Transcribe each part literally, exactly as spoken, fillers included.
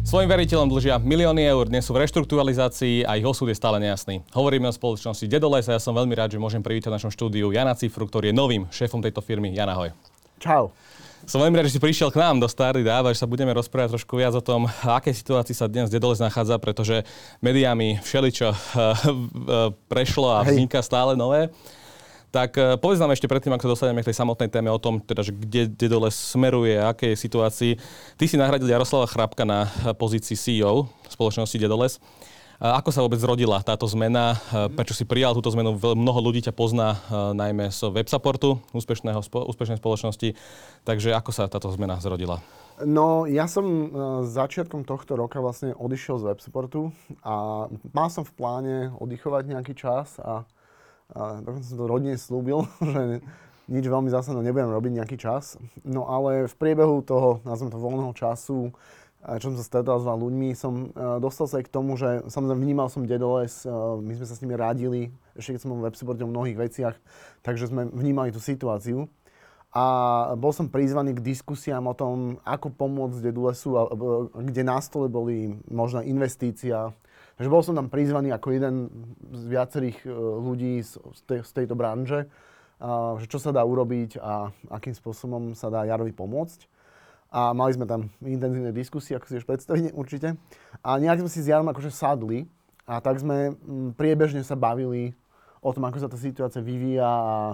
Svojim veriteľom dlžia milióny eur, dnes sú v reštrukturalizácii a ich osud je stále nejasný. Hovoríme o spoločnosti Dedoles a ja som veľmi rád, že môžem privítať v našom štúdiu Jana Cifru, ktorý je novým šéfom tejto firmy. Jan, ahoj. Čau. Som veľmi rád, že si prišiel k nám do Starý dáv, že sa budeme rozprávať trošku viac o tom, akej situácii sa dnes Dedoles nachádza, pretože médiami všeličo prešlo a vzniká stále nové. Tak povedz nám ešte predtým, ako sa dostaneme k tej samotnej téme o tom, teda, že kde Dedoles smeruje, aké je situácii. Ty si nahradil Jaroslava Chrapka na pozícii C E O spoločnosti Dedoles. Ako sa vôbec zrodila táto zmena? Prečo si prijal túto zmenu? Mnoho ľudí ťa pozná najmä z Websupportu, úspešného, úspešnej spoločnosti. Takže ako sa táto zmena zrodila? No, ja som začiatkom tohto roka vlastne odišiel z Websupportu a mal som v pláne oddychovať nejaký čas a A dokonca som to rodine slúbil, že nič veľmi zásadné nebudem robiť nejaký čas. No ale v priebehu toho, nazvem to voľného času, čo som sa stretol s veľa ľuďmi, som dostal sa aj k tomu, že samozrejme vnímal som Dedoles, my sme sa s nimi radili, ešte keď som bol v Websupporte o mnohých veciach, takže sme vnímali tú situáciu. A bol som prizvaný k diskusiám o tom, ako pomôcť Dedolesu, kde na stole boli možná investícia. Takže bol som tam prizvaný ako jeden z viacerých ľudí z, tej, z tejto branže, a, že čo sa dá urobiť a akým spôsobom sa dá Jarovi pomôcť. A mali sme tam intenzívne diskusie, ako si už predstavíte určite. A nejak sme si s Jarom akože sadli a tak sme m, priebežne sa bavili o tom, ako sa tá situácia vyvíja a,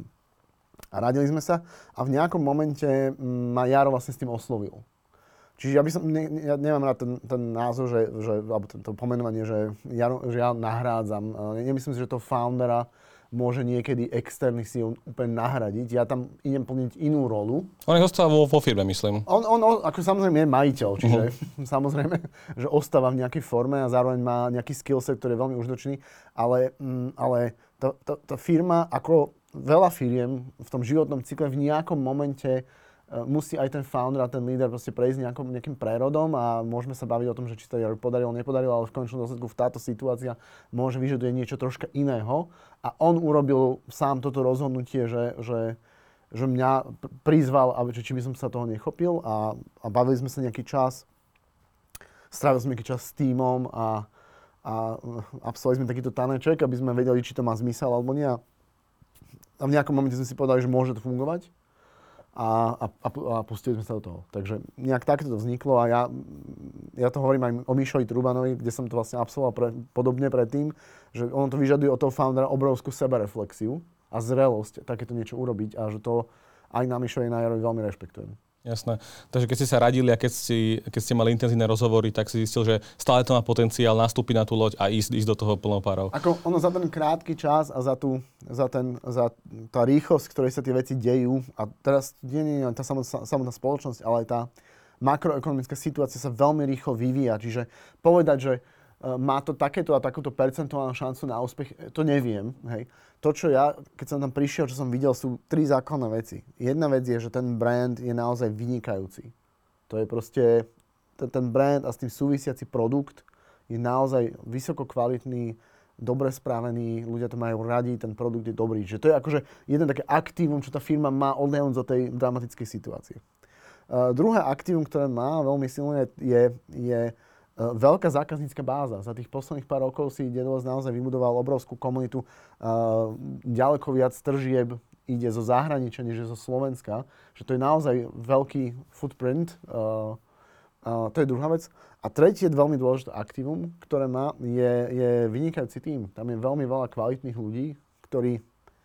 a radili sme sa. A v nejakom momente m, ma Jaro vlastne s tým oslovil. Čiže ja by som, ne, ja nemám rád ten, ten názov, že, že, alebo to pomenovanie, že ja, že ja nahrádzam. Nemyslím si, že to foundera môže niekedy externý C E O úplne nahradiť. Ja tam idem plniť inú rolu. On je ostáva vo, vo firme, myslím. On, on, on ako samozrejme je majiteľ, čiže uh-huh. samozrejme, že ostáva v nejakej forme a zároveň má nejaký skillset, ktorý je veľmi užitočný, ale, ale tá, tá, tá firma, ako veľa firiem v tom životnom cykle v nejakom momente musí aj ten founder a ten líder proste prejsť nejakom, nejakým prerodom a môžeme sa baviť o tom, že či to podarilo, nepodarilo, ale v konečnom dôsledku v táto situácia môže vyžaduje niečo troška iného. A on urobil sám toto rozhodnutie, že, že, že mňa prizval, aby, či by som sa toho nechopil a, a bavili sme sa nejaký čas. Strávili sme nejaký čas s tímom a, a absolvovali sme takýto taneček, aby sme vedeli, či to má zmysel alebo nie. A v nejakom momente sme si povedali, že môže to fungovať. A, a, a pustili sme sa do toho. Takže nejak takto to vzniklo a ja, ja to hovorím aj o Mišovi Trubanovi, kde som to vlastne absolvoval pre, podobne predtým, že ono to vyžaduje od toho foundera obrovskú sebareflexiu a zrelosť takéto niečo urobiť a že to aj na Mišovi na Jarovi veľmi rešpektujem. Jasné. Takže keď ste sa radili a keď, si, keď ste mali intenzívne rozhovory, tak si zistil, že stále to má potenciál nastúpiť na tú loď a ísť, ísť do toho plnou párov. Ako ono za ten krátky čas a za, tú, za, ten, za tá rýchlosť, ktorej sa tie veci dejú, a teraz nie je tá samotná, samotná spoločnosť, ale aj tá makroekonomická situácia sa veľmi rýchlo vyvíja. Čiže povedať, že má to takéto a takúto percentuálnu šancu na úspech, to neviem. Hej. To, čo ja, keď som tam prišiel, čo som videl, sú tri základné veci. Jedna vec je, že ten brand je naozaj vynikajúci. To je proste, ten, ten brand a s tým súvisiaci produkt je naozaj vysoko kvalitný, dobre spravený, ľudia to majú radi, ten produkt je dobrý. Že to je akože jeden také aktívum, čo tá firma má odhľadnúť do tej dramatickej situácie. Uh, druhé aktívum, ktoré má veľmi silné, je, je veľká zákaznícka báza. Za tých posledných pár rokov si Dedoles naozaj vybudoval obrovskú komunitu. Uh, ďaleko viac tržieb ide zo zahraničia, než zo Slovenska. Že to je naozaj veľký footprint. Uh, uh, to je druhá vec. A tretie veľmi dôležité aktívum, ktoré má, je, je vynikajúci tím. Tam je veľmi veľa kvalitných ľudí, ktorí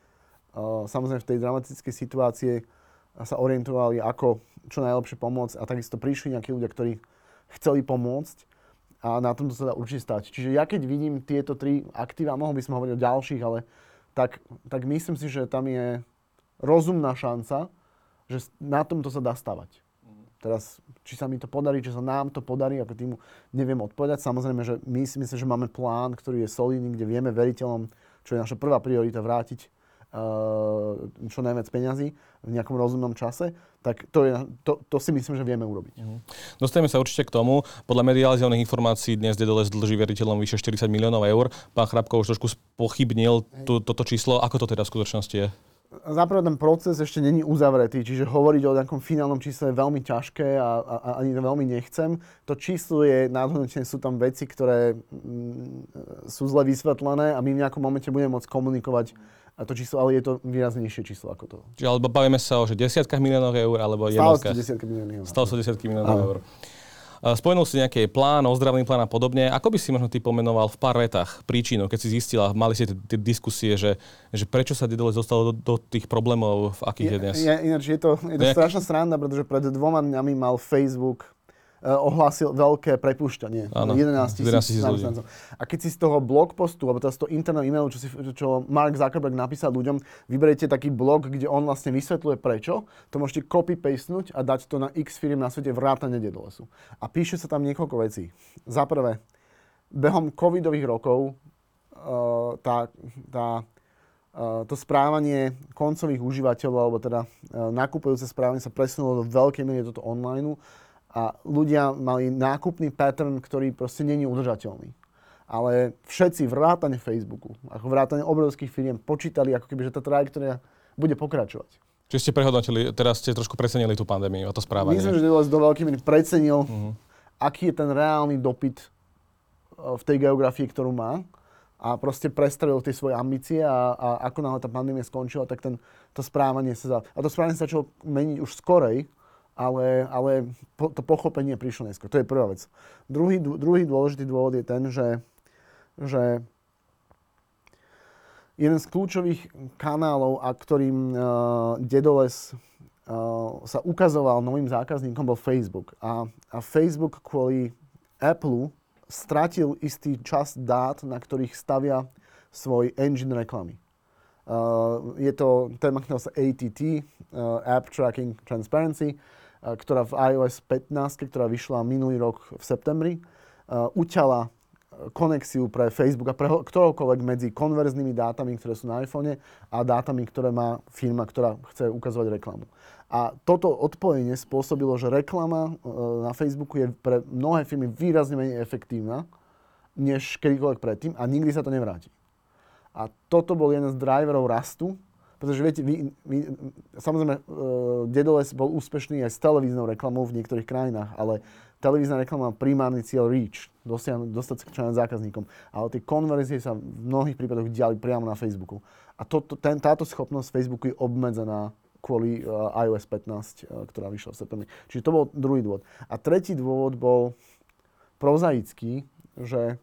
uh, samozrejme v tej dramatickej situácii sa orientovali, ako čo najlepšie pomôcť. A takisto prišli nejakí ľudia, ktorí chceli pomôcť. A na tomto sa dá určite stať. Čiže ja keď vidím tieto tri aktíva, mohol by som hovoriť o ďalších, ale tak, tak myslím si, že tam je rozumná šanca, že na tomto sa dá stavať. Teraz, či sa mi to podarí, či sa nám to podarí, ako týmu neviem odpovedať. Samozrejme, že my si myslím, že máme plán, ktorý je solidný, kde vieme veriteľom, čo je naša prvá priorita, vrátiť čo najviac peňazí v nejakom rozumnom čase, tak to, je, to, to si myslím, že vieme urobiť. Uh-huh. Dostaneme sa určite k tomu. Podľa medializovaných informácií dnes Dedoles dlží veriteľom vyše štyridsať miliónov eur. Pán Chrapko už trošku spochybnil tú, toto číslo. Ako to teda v skutočnosti je? Záprve ten proces ešte není uzavretý, čiže hovoriť o nejakom finálnom čísle je veľmi ťažké a, a, a ani to veľmi nechcem. To číslo je nadhodnotené, sú tam veci, ktoré mm, sú zle vysvetlené a my v nejakom momente budeme môcť komunikovať to číslo, ale je to výraznejšie číslo ako to. Čiže alebo bavíme sa o že desiatkách miliónov eur, alebo jednotkách? Stále sú desiatky miliónov eur. Stále sú desiatky miliónov eur. Spomenul si nejaký plán, ozdravný plán a podobne. Ako by si možno ty pomenoval v pár vetách príčinu, keď si zistila, mali ste tie diskusie, že, že prečo sa Dedolec dostalo do, do tých problémov, v akých je, je dnes? Je, ináč je to, je to Nejak... strašná sranda, pretože pred dvoma dňami mal Facebook uh, ohlásil veľké prepúšťanie. jedenásť tisíc ľudí. A keď si z toho blog postu, alebo teda z toho interného e-mailu, čo, si, čo Mark Zuckerberg napísal ľuďom, vyberiete taký blog, kde on vlastne vysvetľuje prečo, to môžete copy-pastenúť a dať to na x firiem na svete vrátane Dedolesu. A píše sa tam niekoľko vecí. Za prvé, behom covidových rokov uh, tá, tá, uh, to správanie koncových užívateľov, alebo teda uh, nakupujúce správanie sa presunulo do veľkej miery toto online. A ľudia mali nákupný pattern, ktorý proste nie je udržateľný. Ale všetci vrátane Facebooku, ako vrátane obrovských firiem počítali, ako keby, že tá trajektória bude pokračovať. Čiže ste prehodnotili, teraz ste trošku precenili tú pandémiu a to správanie. Myslím, že Dedoles do veľkej miery precenil, uh-huh. aký je ten reálny dopyt v tej geografii, ktorú má. A proste prestrelil tie svoje ambície a, a ako náhle tá pandémia skončila, tak ten, to správanie sa... A to správanie sa začalo meniť už skorej, ale, ale po, to pochopenie prišlo neskôr. To je prvá vec. Druhý, druhý dôležitý dôvod je ten, že, že jeden z kľúčových kanálov, a ktorým uh, Dedoles uh, sa ukazoval novým zákazníkom, bol Facebook. A, a Facebook kvôli Apple stratil istý čas dát, na ktorých stavia svoj engine reklamy. Uh, je to téma, ktorá sa A T T, uh, App Tracking Transparency, ktorá v i O S pätnásť, ktorá vyšla minulý rok v septembri, uh, uťala konexiu pre Facebook a pre ktorokoľvek medzi konverznými dátami, ktoré sú na iPhone, a dátami, ktoré má firma, ktorá chce ukazovať reklamu. A toto odpojenie spôsobilo, že reklama uh, na Facebooku je pre mnohé firmy výrazne menej efektívna, než kedykoľvek predtým, a nikdy sa to nevráti. A toto bol jeden z driverov rastu. Pretože viete, vy, vy, samozrejme, uh, Dedoles bol úspešný aj s televíznou reklamou v niektorých krajinách, ale televízna reklama má primárny cieľ reach, dosiahnuť, dostať sa k čo najviac zákazníkom. Ale tie konverzie sa v mnohých prípadoch diali priamo na Facebooku. A to, to, ten, táto schopnosť Facebooku je obmedzená kvôli uh, i O S pätnásť, uh, ktorá vyšla v septembri. Čiže to bol druhý dôvod. A tretí dôvod bol prozaický, že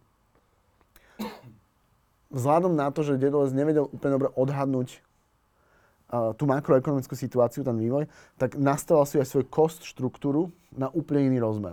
vzhľadom na to, že Dedoles nevedel úplne dobre odhadnúť tú makroekonomickú situáciu, ten vývoj, tak nastavil si aj svoj cost štruktúru na úplne iný rozmer.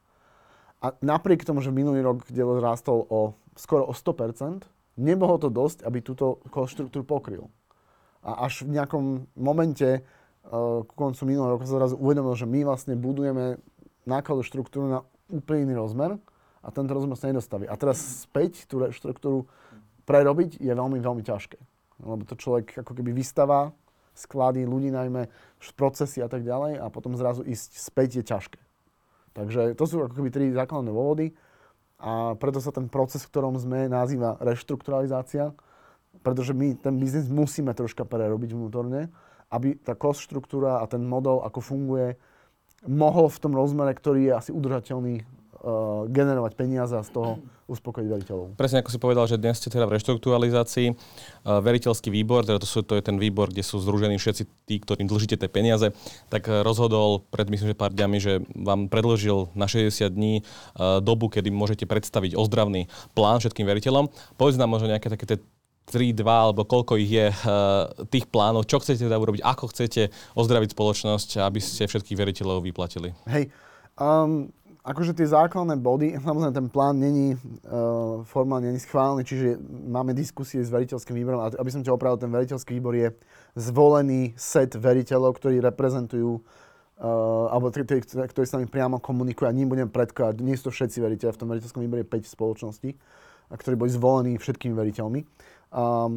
A napriek tomu, že minulý rok Dedoles rástol o skoro o sto percent, nebolo to dosť, aby túto cost štruktúru pokryl. A až v nejakom momente ku koncu minulého roka sa zrazu uvedomil, že my vlastne budujeme nákladovú štruktúru na úplne iný rozmer a tento rozmer sa nedostaví. A teraz späť tú štruktúru prerobiť je veľmi, veľmi ťažké. Lebo to človek ako keby vystavá sklady, ľudí najmä, procesy a tak ďalej, a potom zrazu ísť späť je ťažké. Takže to sú ako keby tri základné dôvody a preto sa ten proces, v ktorom sme, nazýva reštrukturalizácia, pretože my ten biznis musíme troška prerobiť vnútorne, aby tá cost štruktúra a ten model, ako funguje, mohol v tom rozmere, ktorý je asi udržateľný, uh, generovať peniaze a z toho uspokojiť veriteľov. Presne ako si povedal, že dnes ste teda v reštrukturalizácii. Uh, veriteľský výbor, teda to, sú, to je ten výbor, kde sú združení všetci tí, ktorým dlžíte tie peniaze, tak uh, rozhodol pred, myslím, že pár dňami, že vám predložil na šesťdesiat dní uh, dobu, kedy môžete predstaviť ozdravný plán všetkým veriteľom. Povedz nám možno nejaké také tie tri, dva, alebo koľko ich je uh, tých plánov, čo chcete teda urobiť, ako chcete ozdraviť spoločnosť, aby ste všetkých veriteľov vyplatili. Hej, um, akože tie základné body, samozrejme ten plán není uh, formálne není schválený, čiže máme diskusie s veriteľským výborom, a aby som ťa opravil, ten veriteľský výbor je zvolený set veriteľov, ktorí reprezentujú uh, alebo tí, tí, ktorí s nami priamo komunikujú, a ním budem predkladať, nie sú to všetci veriteľe, v tom veriteľskom výbore je päť spoločností, ktorí boli zvolení všetkými veriteľmi. Um,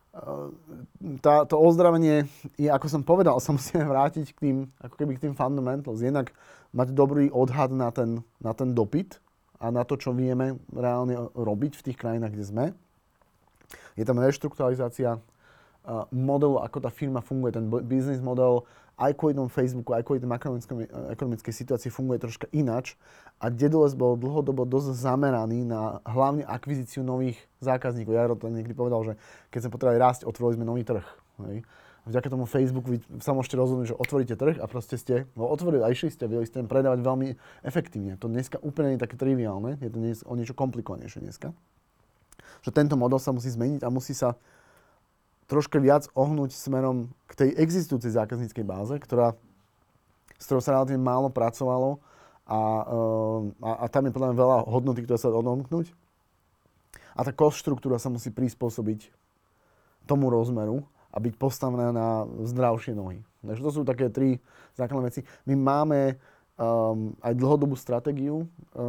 tá, to ozdravenie je, ako som povedal, sa musíme vrátiť k tým, ako keby k tým fundamentals. Jednak mať dobrý odhad na ten, na ten dopyt a na to, čo vieme reálne robiť v tých krajinách, kde sme. Je tam reštrukturalizácia modelu, ako tá firma funguje, ten business model, aj kvôli tomu Facebooku, aj kvôli tej makroekonomickej situácii funguje troška ináč. A Dedalus bol dlhodobo dosť zameraný na hlavne akvizíciu nových zákazníkov. Jaro to niekedy povedal, že keď sme potrebovali rásť, otvorili sme nový trh. Hej. Vďaka tomu Facebooku vy sa môžete rozhodnúť, že otvoríte trh a proste ste ho otvorili a išli ste, vedeli ste predávať veľmi efektívne. To dneska úplne nie je také triviálne, je to dnes o niečo komplikovanejšie dneska. Že tento model sa musí zmeniť a musí sa troška viac ohnúť smerom k tej existujúcej zákazníckej báze, ktorá, s ktorou sa relatívne málo pracovalo a, a, a tam je podľa mňa veľa hodnoty, ktoré sa dá odomknúť. A tá cost štruktúra sa musí prispôsobiť tomu rozmeru a byť postavená na zdravšie nohy. Takže to sú také tri základné veci. My máme um, aj dlhodobú stratégiu,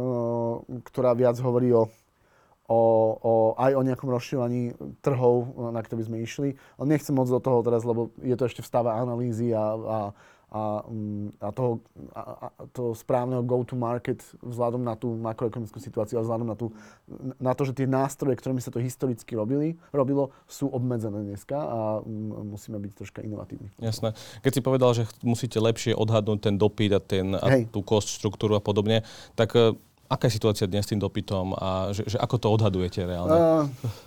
uh, ktorá viac hovorí o O, o, aj o nejakom rozširovaní trhov, na ktoré by sme išli. Ale nechcem moc do toho teraz, lebo je to ešte v stave analýzy a, a, a, a, toho, a, a toho správneho go-to-market vzhľadom na tú makroekonomickú situáciu a vzhľadom na, tú, na to, že tie nástroje, ktorými sa to historicky robili, robilo, sú obmedzené dneska a musíme byť troška inovatívni. Jasné. Keď si povedal, že musíte lepšie odhadnúť ten dopyt a, ten, a tú cost štruktúru a podobne, tak aká je situácia dnes s tým dopytom a že, že ako to odhadujete reálne? Uh,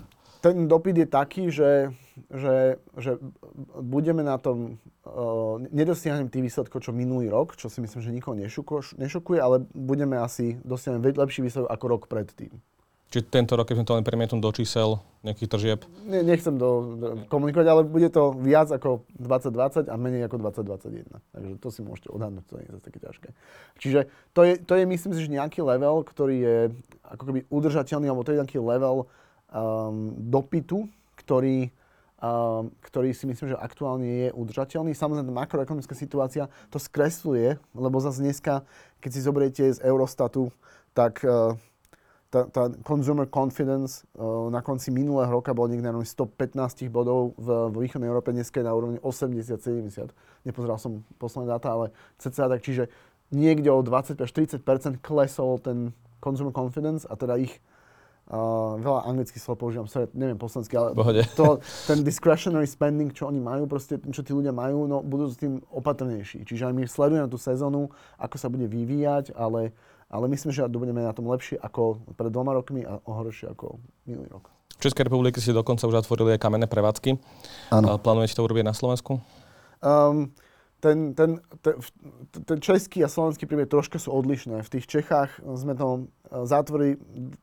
ten dopyt je taký, že, že, že budeme na tom, uh, nedosiahnem tých výsledkov, čo minulý rok, čo si myslím, že nikoho nešuko, nešokuje, ale budeme asi dosiahnuť lepší výsledok ako rok predtým. Čiže tento rok, keď sme to len premietnú do čísel nejakých tržieb? Ne, nechcem to komunikovať, ale bude to viac ako dvadsať dvadsať a menej ako dvadsať dvadsaťjeden. Takže to si môžete odhadnúť, to nie je zase také ťažké. Čiže to je, to je myslím si, že nejaký level, ktorý je ako keby udržateľný, alebo to je nejaký level um, dopytu, ktorý, um, ktorý si myslím, že aktuálne je udržateľný. Samozrejme, makroekonomická situácia to skresluje, lebo zase dneska, keď si zoberiete z Eurostatu, tak uh, Tá, tá consumer confidence uh, na konci minulého roka bol niekde na stopätnásť bodov v, v východnej Európe, dneska je na úrovni osemdesiat sedemdesiat. Nepozeral som posledné dáta, ale cca tak, čiže niekde o dvadsať až tridsať percent klesol ten consumer confidence a teda ich uh, veľa anglických slov používam, sorry, neviem po slovensky, ale to, ten discretionary spending, čo oni majú, proste, čo tí ľudia majú, no budú s tým opatrnejší. Čiže aj my sledujeme tú sezónu, ako sa bude vyvíjať, ale Ale myslím, že budeme na tom lepšie ako pred dvoma rokmi a horšie ako minulý rok. V Českej republike si dokonca už otvorili aj kamenné prevádzky. Áno. Plánujete to urobiť na Slovensku? Um, ten, ten, ten, ten český a slovenský príbeh troška sú odlišné. V tých Čechách sme to zatvorili.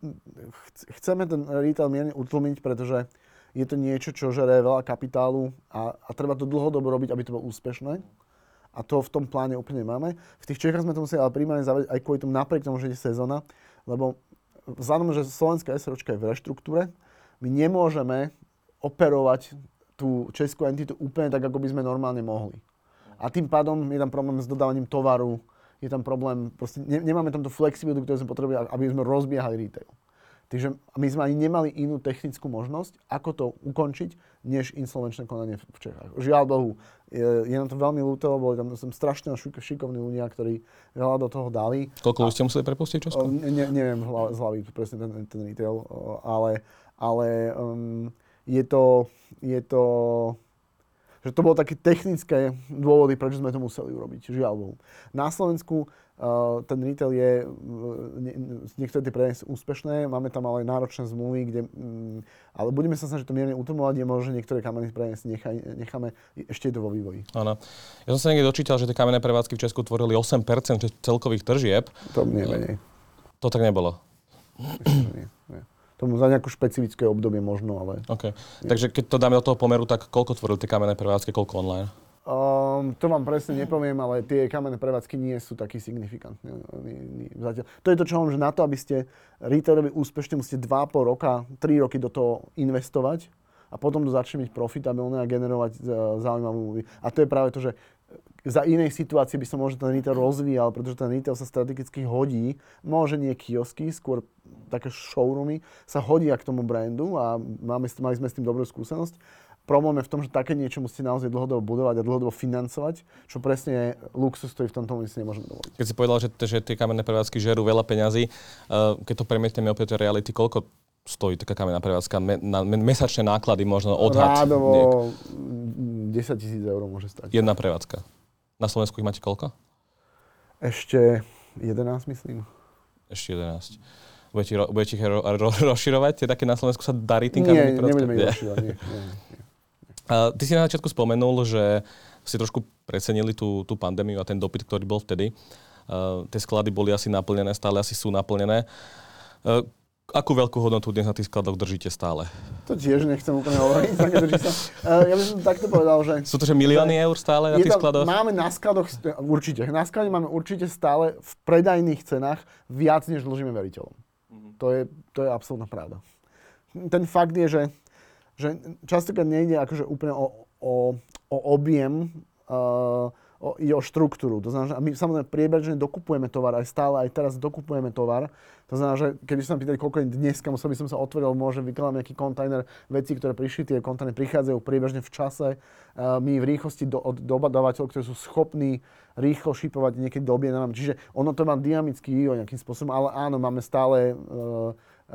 Chceme ten retail mierne utlmiť, pretože je to niečo, čo žere veľa kapitálu a, a treba to dlhodobo robiť, aby to bolo úspešné. A to v tom pláne úplne máme. V tých Čechách sme to museli ale primárne zavedieť aj kvôli tomu napriek tomu, že je sezóna, lebo vzhľadom, že slovenská SROčka je v reštruktúre, my nemôžeme operovať tú českú entitu úplne tak, ako by sme normálne mohli. A tým pádom je tam problém s dodávaním tovaru, je tam problém, proste ne, nemáme tam tú flexibilitu, ktorú sme potrebovali, aby sme rozbiehali retail. Takže my sme ani nemali inú technickú možnosť, ako to ukončiť, než insolvenčné konanie v Čechách. Žiaľ Bohu, je, je nám to veľmi ľúto, lebo tam som strašne šikovní ľudia, ktorí veľa do toho dali. Koľko ľudí ste museli prepustiť Česko? Ne, neviem z hlavy presne ten, ten retail, ale, ale um, je to, je to, že to bolo také technické dôvody, prečo sme to museli urobiť. Žiaľ Bohu. Na Slovensku Uh, ten retail je, nie, niektoré tie predajne sú úspešné, máme tam ale náročné zmluvy, kde, um, ale budeme sa snažiť to mierne utlmovať, je možno, že niektoré kamenné predajne si nechaj, necháme, ešte je to vo vývoji. Áno. Ja som sa niekde dočítal, že tie kamenné prevádzky v Česku tvorili osem percent celkových tržieb. To nie menej. To tak nebolo? Nie, nie. Tomu za nejaké špecifické obdobie možno, ale... Okay. Takže keď to dáme do toho pomeru, tak koľko tvorili tie kamenné prevádzky, koľko online? Um, to vám presne nepoviem, ale tie kamenné prevádzky nie sú taký signifikantné. To je to, čo hovorím, že na to, aby ste retailovi úspešne, musíte dva a pol roka, tri roky do toho investovať a potom to začne byť profitabilné a generovať zaujímavú... A to je práve to, že za inej situácie by sa možno ten retail rozvíjal, pretože ten retail sa strategicky hodí, môže nie kiosky, skôr také showroomy, sa hodia k tomu brandu a máme, mali sme s tým dobrú skúsenosť. Problém je v tom, že také niečo musíte naozaj dlhodobo budovať a dlhodobo financovať, čo presne je luxus, ktorý v tomto si nemôžeme dovoliť. Keď si povedal, že, že tie kamenné prevádzky žerú veľa peňazí, uh, keď to premietneme opäť do reality, koľko stojí taká kamenná prevádzka? Me, na, me, mesačné náklady, možno odhad? Rádovo desať tisíc eur môže stať. Jedna prevádzka. Na Slovensku ich máte koľko? Ešte jedenásť, myslím. Ešte jedenásť. Budete, ro, budete ich ro, ro, rozširovať? Také na Slovensku sa darí tým kamenným prevádzkam? Nie, nebudeme ich rozširovať. Nie, nie, nie. Uh, ty si na začiatku spomenul, že si trošku precenili tú, tú pandémiu a ten dopyt, ktorý bol vtedy. Uh, tie sklady boli asi naplnené, stále asi sú naplnené. Uh, akú veľkú hodnotu dnes na tých skladoch držíte stále? To tiež nechcem úplne hovoriť. Sa. Uh, ja by som takto povedal, že... Sú to že milióny eur stále na tých to, skladoch? Máme na skladoch, určite. Na sklade máme určite stále v predajných cenách viac, než dlžíme veriteľom. Mm-hmm. To je, to je absolútna pravda. Ten fakt je, že, že častokrát nejde akože úplne o, o, o objem, uh, o, ide o štruktúru. To znamená, že my samozrejme priebežne dokupujeme tovar, aj stále, aj teraz dokupujeme tovar. To znamená, že keby sa nám pýtali, koľko je dneska, musel by som sa otvoril, môže vykladám nejaký kontajner vecí, ktoré prišli, tie kontajnery prichádzajú priebežne v čase. Uh, my v rýchlosti do, od dodávateľov, ktorí sú schopní rýchlo šipovať, niekedy doobjednávame. Čiže ono to má dynamický vývoj nejakým spôsobom, ale áno, máme stále uh,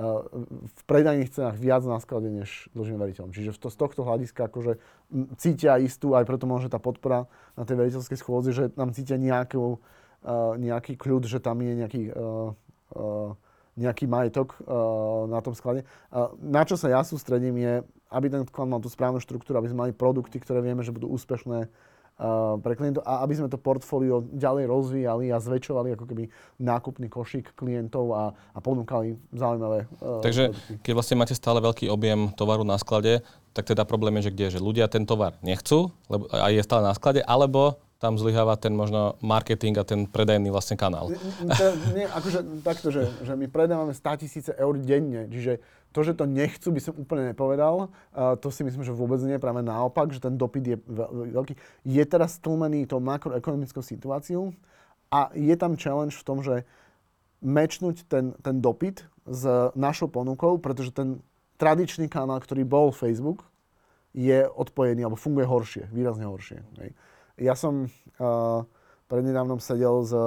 v predajných cenách viac na sklade, než dlžíme veriteľom. Čiže to, z tohto hľadiska akože cítia istú, aj preto možno tá podpora na tej veriteľskej schôdzi, že nám cítia nejakú, uh, nejaký kľud, že tam je nejaký, uh, uh, nejaký majetok uh, na tom sklade. Uh, na čo sa ja sústredím je, aby ten sklad mal tú správnu štruktúru, aby sme mali produkty, ktoré vieme, že budú úspešné Uh, pre klientov a aby sme to portfólio ďalej rozvíjali a zväčšovali ako keby nákupný košík klientov a, a ponúkali zaujímavé uh, Takže produkty. Keď vlastne máte stále veľký objem tovaru na sklade, tak teda problém je, že kde? Že ľudia ten tovar nechcú lebo, a je stále na sklade, alebo tam zlyháva ten možno marketing a ten predajný vlastne kanál. Nie, akože takto, že, že my predávame státisíce eur denne, čiže to, že to nechcú, by som úplne nepovedal. Uh, to si myslím, že vôbec nie, práve naopak, že ten dopyt je veľký. Je teraz stlmený tou makroekonomickou situáciou a je tam challenge v tom, že matchnúť ten, ten dopyt s našou ponukou, pretože ten tradičný kanál, ktorý bol Facebook, je odpojený, alebo funguje horšie, výrazne horšie. Hej. Ja som uh, prednedávnom sedel s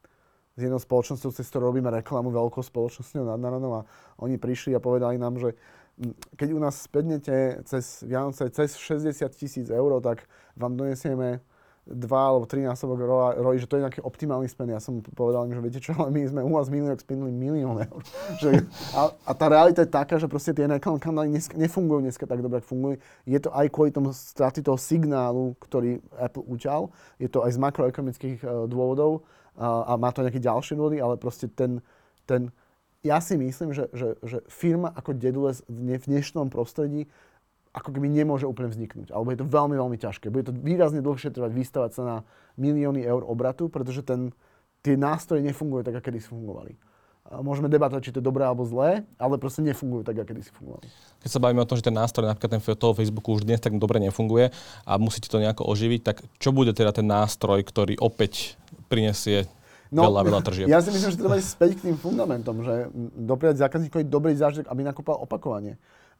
s jednou spoločnosťou, cez ktorú robíme reklamu, veľkou spoločnosťou nadnárodnou a oni prišli a povedali nám, že keď u nás spädnete cez Vianoce cez šesťdesiat tisíc eur, tak vám donesieme dva alebo tri násobok roji, že to je nejaký optimálny spend. Ja som povedal im, že viete čo, ale my sme u vás minulý rok spendili milión eur. Že, a, a tá realita je taká, že proste tie reklamné kanály dneska, nefungujú dneska tak dobre, ako fungujú. Je to aj kvôli tomu straty toho signálu, ktorý Apple uťal. Je to aj z makroekonomických uh, dôvodov. A, a má to nejaké ďalšie dôvody, ale proste ten, ten ja si myslím, že, že, že firma ako Dedulus v dnešnom prostredí ako keby nemôže úplne vzniknúť. Alebo je to veľmi, veľmi ťažké. Bude to výrazne dlhšie trvať vystavať sa na milióny eur obratu, pretože ten, tie nástroje nefungujú tak, ako kedysi fungovali. A môžeme debatovať, či to je dobré alebo zlé, ale proste nefungujú tak, ako kedysi fungovali. Keď sa bavíme o tom, že ten nástroj, napríklad ten toho Facebooku už dnes tak dobre nefunguje a musíte to nejako oživiť, tak čo bude teda ten nástroj, ktorý opäť prinesie no, veľa, veľa tržieb? Ja si myslím, že treba ísť späť k tým fundamentom, že dopriať zákazníkovi dobrý zážitok, aby nakúpal opakovane.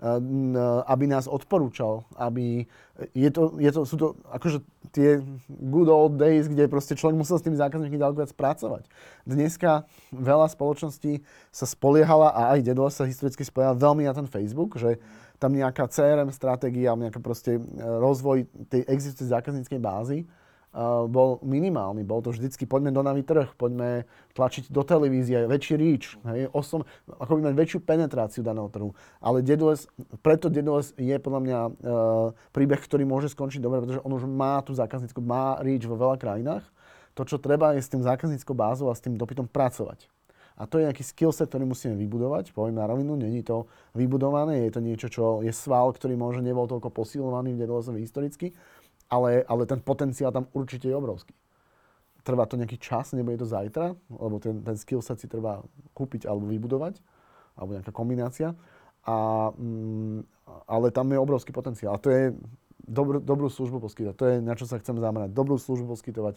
Aby nás odporúčal, aby... Je to, je to, sú to akože tie good old days, kde proste človek musel s tými zákazníkmi ďaleko viac pracovať. Dneska veľa spoločností sa spoliehala a aj Dedulus sa historicky spoliehal veľmi na ten Facebook, že tam nejaká cé er em stratégia, nejaká proste rozvoj tej existujúcej zákazníckej bázy Uh, bol minimálny. Bol to vždycky, poďme do nový trh, poďme tlačiť do televízie, väčší reach, hej, osom, ako by mať väčšiu penetráciu daného trhu. Ale Dedulus, preto Dedulus je podľa mňa uh, príbeh, ktorý môže skončiť dobre, pretože on už má tú zákaznícku, má reach vo veľa krajinách. To, čo treba, je s tým zákazníckou bázou a s tým dopytom pracovať. A to je nejaký skillset, ktorý musíme vybudovať. Poviem na rovinu, nie je to vybudované, je to niečo, čo je sval, ktorý možno nebol toľko posilovaný v Dedulusovi historicky. Ale, ale ten potenciál tam určite je obrovský. Trvá to nejaký čas, nebude to zajtra, lebo ten, ten skillset si treba kúpiť alebo vybudovať, alebo nejaká kombinácia. A, mm, ale tam je obrovský potenciál. A to je dobrú, dobrú službu poskytovať. To je, na čo sa chcem zamerať. Dobrú službu poskytovať.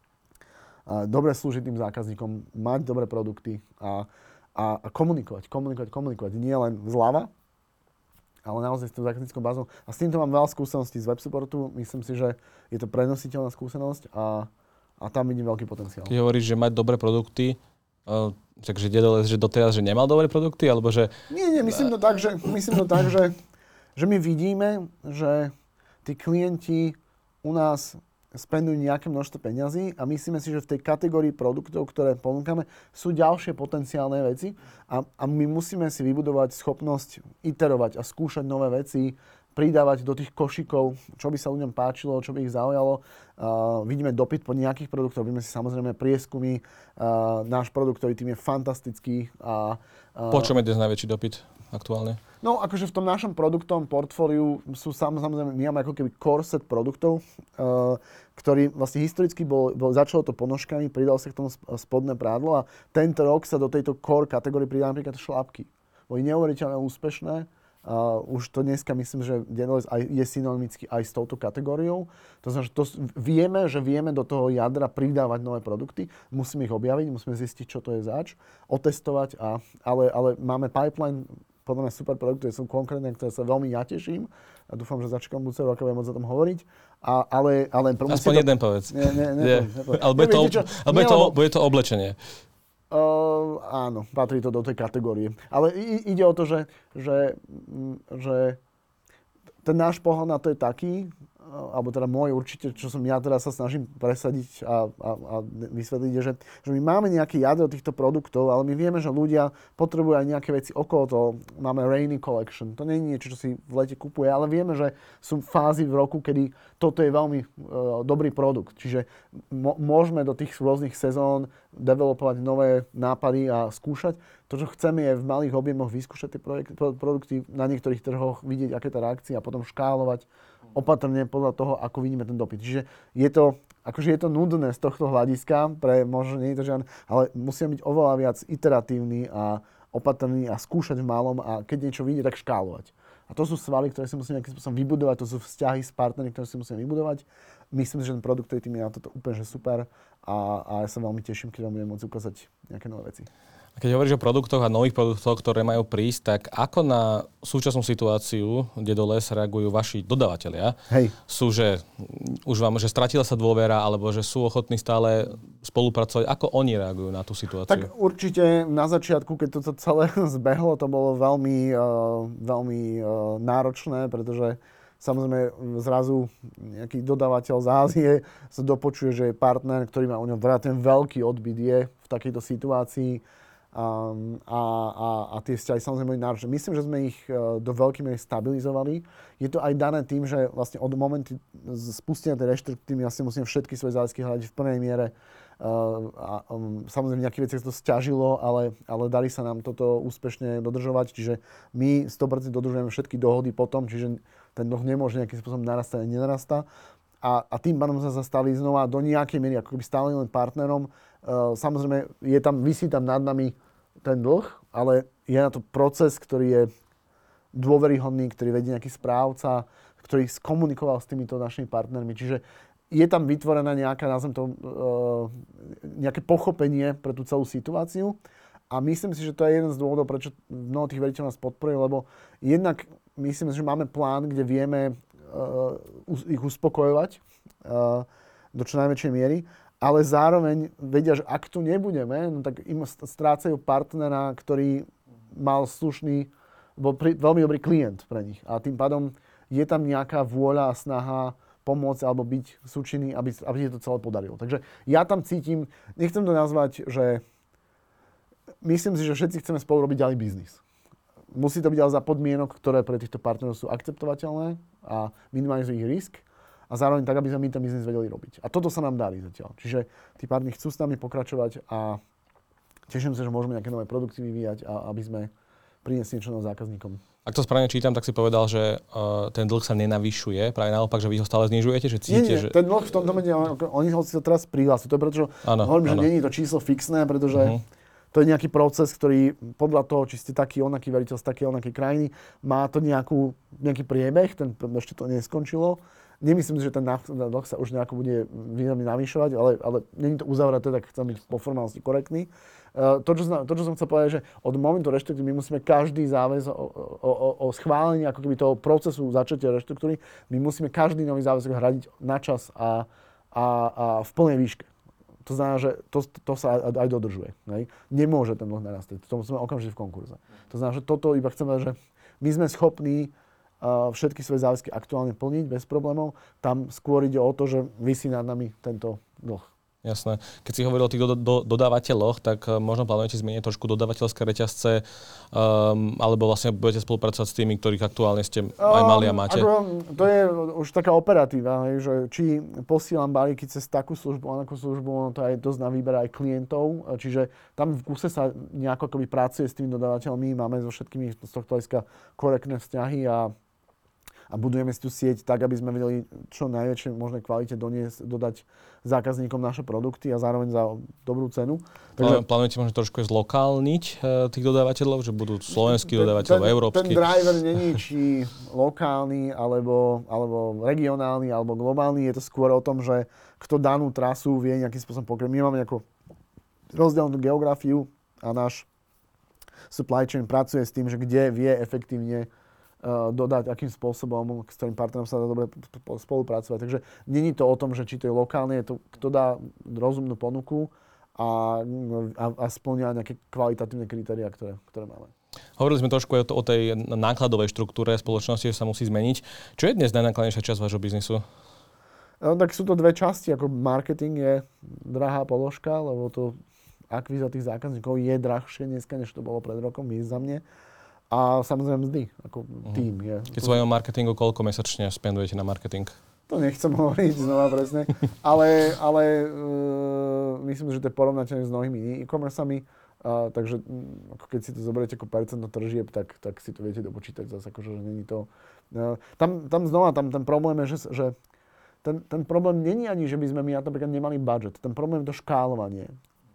A dobre slúžiť tým zákazníkom, mať dobré produkty a, a, a komunikovať, komunikovať, komunikovať. Nie len zľava, ale naozaj s tou zákazníckou bázou. A s týmto mám veľa skúseností z web supportu. Myslím si, že je to prenositeľná skúsenosť a, a tam vidím veľký potenciál. Ty hovoríš, že mať dobré produkty, Uh, takže Dedoles, že doteraz, že nemal dobré produkty, alebo že... Nie, nie, myslím to tak, že, myslím to tak, že, že my vidíme, že tí klienti u nás spendujú nejaké množstvo peňazí a myslíme si, že v tej kategórii produktov, ktoré ponúkame, sú ďalšie potenciálne veci a, a my musíme si vybudovať schopnosť iterovať a skúšať nové veci, pridávať do tých košíkov, čo by sa ľuďom páčilo, čo by ich zaujalo. Uh, vidíme dopyt po nejakých produktoch, vidíme si samozrejme prieskumy. Uh, náš produktový tým je fantastický. A, uh, po čom je dnes najväčší dopyt aktuálne? No, akože v tom našom produktovom portfóliu sú samozrejme, my máme ako keby core set produktov, uh, ktorý vlastne historicky bol, bol, začalo to ponožkami, pridal sa k tomu spodné prádlo a tento rok sa do tejto core kategórie pridali napríklad šlápky. Boli neuveriteľne úspešné. Uh, už to dneska myslím, že Dedoles je synonymicky aj s touto kategóriou. To znamená, že to vieme, že vieme do toho jadra pridávať nové produkty. Musíme ich objaviť, musíme zistiť, čo to je zač, otestovať, a, ale, ale máme pipeline, podľa mňa super produkty, ktoré sú konkrétne, ktoré sa veľmi ja teším. A dúfam, že začkám budúceho roka budem môcť o tom hovoriť. A, ale, ale aspoň to... jeden povedz. Nie, nie, nie, yeah. nepovedz. Ale bude to, nie, to, lebo... bude to oblečenie. Uh, áno, patrí to do tej kategórie. Ale i, ide o to, že, že, že ten náš pohľad na to je taký, alebo teda môj určite, čo som ja teda sa snažím presadiť a, a, a vysvetliť, je, že, že my máme nejaké jadro týchto produktov, ale my vieme, že ľudia potrebujú aj nejaké veci okolo toho. Máme Rainy Collection. To nie je niečo, čo si v lete kupuje, ale vieme, že sú fázy v roku, kedy toto je veľmi uh, dobrý produkt. Čiže mo- môžeme do tých rôznych sezón developovať nové nápady a skúšať. To, čo chceme, je v malých objemoch vyskúšať tie projekt, produkty na niektorých trhoch, vidieť, aké tá reakcia a potom škálovať opatrne podľa toho, ako vidíme ten dopyt. Čiže je to, akože je to nudné z tohto hľadiska, pre možno nie je to žiadne, ale musíme byť oveľa viac iteratívni a opatrní a skúšať v malom a keď niečo vyjde, tak škálovať. A to sú svaly, ktoré si musíme nejakým spôsobom vybudovať, to sú vzťahy s partnermi, ktoré si musíme vybudovať. Myslím, že ten produktový tým je na toto úplne že super a, a ja sa veľmi teším, keď vám budem môcť ukázať nejaké nové veci. A keď hovoríš o produktoch a nových produktoch, ktoré majú prísť, tak ako na súčasnú situáciu Dedoles reagujú vaši dodavatelia? Hej. Sú, že už vám, že stratila sa dôvera, alebo že sú ochotní stále spolupracovať? Ako oni reagujú na tú situáciu? Tak určite na začiatku, keď toto celé zbehlo, to bolo veľmi, uh, veľmi uh, náročné, pretože samozrejme zrazu nejaký dodávateľ z Ázie sa dopočuje, že je partner, ktorý má u ňom vrátane veľký odbyt je v takejto situácii. Um, a, a, a tie vzťahy samozrejme boli náročné. Myslím, že sme ich uh, do veľkej miery stabilizovali. Je to aj dané tým, že vlastne od momentu spustenia tej reštrukty my vlastne musíme všetky svoje záväzky hľadať v plnej miere. Uh, a, um, samozrejme v nejakých veciach sa to sťažilo, ale, ale darí sa nám toto úspešne dodržovať. Čiže my sto percent dodržujeme všetky dohody potom, čiže ten dlh nemôže nejakým spôsobom narastať a nenarastá. A, a tým pádom sa stali znova do nejakej miery ako keby stále len partnerom. Uh, samozrejme, je tam, visí tam nad nami ten dlh, ale je na to proces, ktorý je dôveryhodný, ktorý vedie nejaký správca, ktorý skomunikoval s týmito našimi partnermi. Čiže je tam vytvorená nejaká, nazvem to, uh, nejaké pochopenie pre tú celú situáciu. A myslím si, že to je jeden z dôvodov, prečo mnoho tých veriteľov nás podporuje, lebo jednak myslím, že máme plán, kde vieme uh, ich uspokojovať uh, do čo najväčšej miery, ale zároveň vedia, že ak tu nebudeme, no tak im strácajú partnera, ktorý mal slušný, bol pri, veľmi dobrý klient pre nich. A tým pádom je tam nejaká vôľa a snaha pomôcť alebo byť súčinný, aby, aby to celé podarilo. Takže ja tam cítim, nechcem to nazvať, že myslím si, že všetci chceme spolu robiť ďalej biznis. Musí to byť ale za podmienok, ktoré pre týchto partnerov sú akceptovateľné a minimalizujú ich risk. A zároveň tak, aby sme my ten biznis vedeli robiť. A toto sa nám darí zatiaľ. Čiže tí partneri chcú s nami pokračovať a teším sa, že môžeme nejaké nové produkty vyvíjať a aby sme priniesli niečo novým zákazníkom. Ak to správne čítam, tak si povedal, že uh, ten dlh sa nenavyšuje, práve naopak, že vy ho stále znižujete, že cítite, nie, nie, že... ten dlh v tomto momente, oni ho si to teraz prihlasujú. To je preto, hovorím, že nie je to číslo fixné, pretože uh-huh. to je nejaký proces, ktorý podľa toho, či ste taký onaký veriteľ z takej onakej krajiny, má to nejakú, nejaký priebeh, ten ešte to neskončilo. Nemyslím si, že ten dlh sa už nejako bude významne navýšovať, ale, ale nie je to uzavreté, tak chcem byť po formálnosti korektný. Uh, to, čo som, to, čo som chcel povedať, že od momentu reštruktúry my musíme každý záväzok o, o, o, o schválení ako keby toho procesu začatia reštruktúry, my musíme každý nový záväzok hradiť na čas a, a, a v plnej výške. To znamená, že to, to sa aj dodržuje. Hej. Nemôže ten dlh narastať. To sme okamžite v konkurze. To znamená, že toto iba chceme, že my sme schopní uh, všetky svoje záväzky aktuálne plniť bez problémov. Tam skôr ide o to, že visí nad nami tento dlh. Jasné. Keď si hovoril o tých do, do, dodávateľoch, tak uh, možno plánujete zmeniť trošku dodávateľské reťazce, um, alebo vlastne budete spolupracovať s tými, ktorých aktuálne ste aj mali a máte? Um, ako, to je už taká operatíva, hej, že či posielam balíky cez takú službu, onakú službu, ono to aj dosť na výber aj klientov, čiže tam v kuse sa nejako akoby pracuje s tými dodávateľmi, máme so všetkými z tohto hľadiska korektné vzťahy a a budujeme si tú sieť tak, aby sme vedeli čo najväčšie možnej kvalite doniesť, dodať zákazníkom naše produkty a zároveň za dobrú cenu. Takže plánujete možno trošku zlokálniť uh, tých dodávateľov, že budú slovenskí dodávateľov, európsky? Ten driver není či lokálny, alebo, alebo regionálny, alebo globálny. Je to skôr o tom, že kto danú trasu vie nejakým spôsobom pokryť. My máme nejakú rozdielnú geografiu a náš supply chain pracuje s tým, že kde vie efektívne dodať, akým spôsobom, s ktorým partnerom sa dá dobre spolupracovať. Takže není to o tom, že či to je lokálne, je to, kto dá rozumnú ponuku a, a, a splňa nejaké kvalitatívne kritériá, ktoré, ktoré máme. Hovorili sme trošku aj o tej nákladovej štruktúre spoločnosti, že sa musí zmeniť. Čo je dnes najnákladnejšia časť vášho biznisu? No, tak sú to dve časti. Ako marketing je drahá položka, lebo to akvíza tých zákazníkov je drahšie dneska, než to bolo pred rokom, je za mne. A samozrejme mzdy, ako uh-huh. tým je. Keď svojom marketingu, koľko mesačne spendujete na marketing? To nechcem hovoriť znova presne, ale, ale uh, myslím, že to je porovnateľné s mnohými e-commerceami, uh, takže um, ako keď si to zoberiete ako percento tržieb, tak, tak si to viete dopočítať zase, akože, že není to... Uh, tam, tam znova, tam ten problém je, že, že ten, ten problém není ani, že by sme my napríklad nemali budget, ten problém je to škálovanie.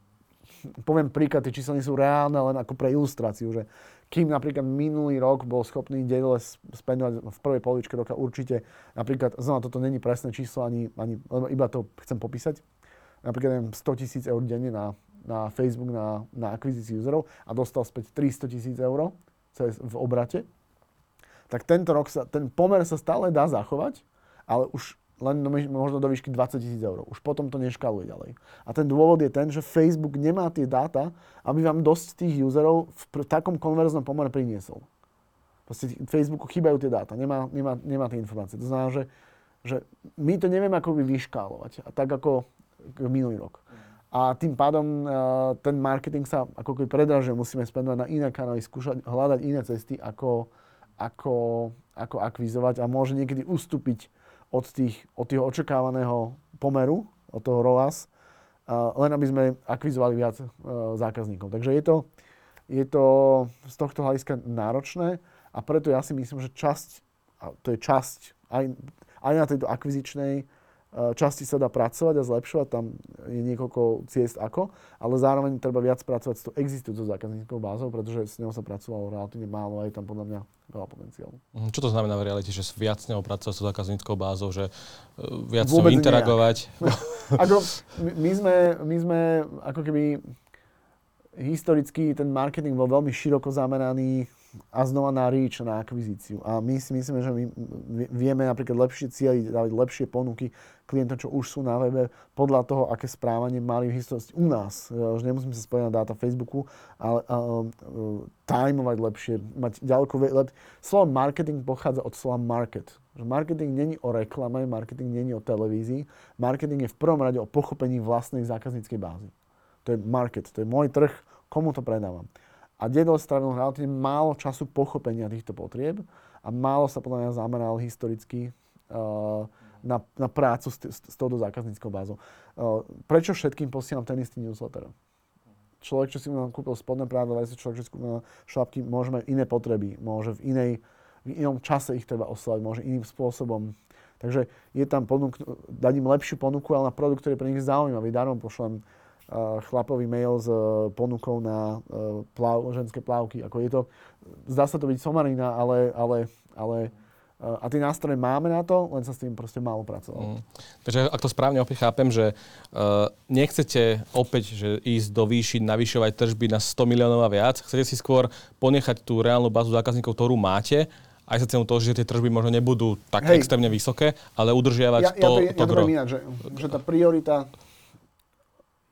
Poviem príklad, tie čísla nie sú reálne, len ako pre ilustráciu, že kým napríklad minulý rok bol schopný Dedele spendovať v prvej polovičke roka určite, napríklad, znova toto není presné číslo, ani, ani, iba to chcem popísať, napríklad sto tisíc eur denne na, na Facebook na, na akvizíciu userov a dostal späť tristo tisíc eur cez, v obrate, tak tento rok sa, ten pomer sa stále dá zachovať, ale už len možno do výšky dvadsať tisíc eur. Už potom to neškaluje ďalej. A ten dôvod je ten, že Facebook nemá tie dáta, aby vám dosť tých userov v takom konverznom pomere priniesol. Proste Facebooku chýbajú tie dáta, nemá, nemá, nemá tie informácie. To znamená, že, že my to nevieme ako by vyškálovať, a tak ako minulý rok. A tým pádom uh, ten marketing sa ako keby predražuje, musíme spendovať na iné kanály, skúšať hľadať iné cesty, ako, ako, ako akvizovať a môže niekedy ustúpiť od, tých, od tých očakávaného pomeru, od toho R O A S, uh, len aby sme akvizovali viac uh, zákazníkov. Takže je to, je to z tohto hľadiska náročné a preto ja si myslím, že časť, a to je časť, aj, aj na tejto akvizičnej časti sa dá pracovať a zlepšovať, tam je niekoľko ciest ako, ale zároveň treba viac pracovať s tou existujúcou zákazníckou bázou, pretože s ňou sa pracovalo relatívne málo a je tam podľa mňa veľa potenciálu. Čo to znamená v realite, že viac s ňou pracovať s tou zákazníckou bázou, že viac s ňou interagovať? Ako, my, sme, my sme ako keby historicky ten marketing bol veľmi široko zameraný a znova na reach, na akvizíciu. A my si myslíme, že my vieme napríklad lepšie cieliť, dávať lepšie ponuky klientom, čo už sú na webe, podľa toho, aké správanie mali v histórii u nás. Že nemusíme sa spojiť na dáta Facebooku, ale uh, uh, timovať lepšie, mať ďaleko lepšie. Slovo marketing pochádza od slova market. Že marketing není o reklame, marketing není o televízii. Marketing je v prvom rade o pochopení vlastnej zákazníckej bázy. To je market, to je môj trh, komu to predávam. A Dedel strávil relatívne málo času pochopenia týchto potrieb a málo sa podľa mňa zameral historicky uh, na, na prácu s, s, s touto zákazníckou bázou. Uh, prečo všetkým posielam ten istý newsletter? Človek, čo si kúpil spodné prádlo, človek, čo si kúpil šlapky, môže mať iné potreby, môže v, inej, v inom čase ich treba oslovať, môže iným spôsobom. Takže je tam ponuk, dať im lepšiu ponuku, ale na produkt, ktorý je pre nich zaujímavý. Darom pošlem chlapový mail s ponukou na plav, ženské plávky. Ako je to, zdá sa to byť somarina, ale, ale, ale a tie nástroje máme na to, len sa s tým proste málo pracovalo. Mm. Takže ak to správne opäť chápem, že uh, nechcete opäť že ísť do výši, navyšovať tržby na sto miliónov a viac, chcete si skôr ponechať tú reálnu bázu zákazníkov, ktorú máte, aj sa cenu toho, že tie tržby možno nebudú tak Hej. extrémne vysoké, ale udržiavať ja, to, ja to, to ja to gro. ináč, že, že tá priorita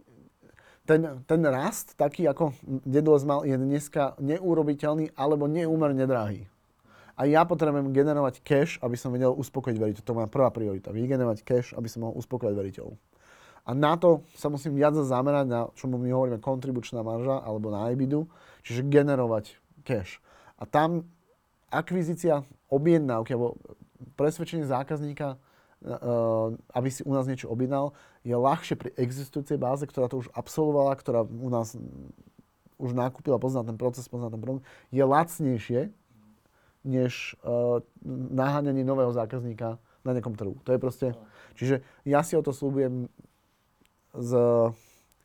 ten, ten rast, taký ako Dedoles mal, je dneska neurobiteľný alebo neúmerne drahý. A ja potrebujem generovať cash, aby som vedel uspokojiť veriteľov. To je moja prvá priorita. Vygenerovať cash, aby som mohol uspokojať veriteľov. A na to sa musím viac zamerať na, čo my hovoríme, kontribučná marža alebo na EBITDU, čiže generovať cash. A tam akvizícia objednávky alebo presvedčenie zákazníka, aby si u nás niečo objednal, je ľahšie pri existujúcej báze, ktorá to už absolvovala, ktorá u nás už nakúpila, pozná ten proces, pozná ten produkt, je lacnejšie, než uh, naháňanie nového zákazníka na nejakom trhu. To je proste... Čiže ja si o to sľubujem z, uh,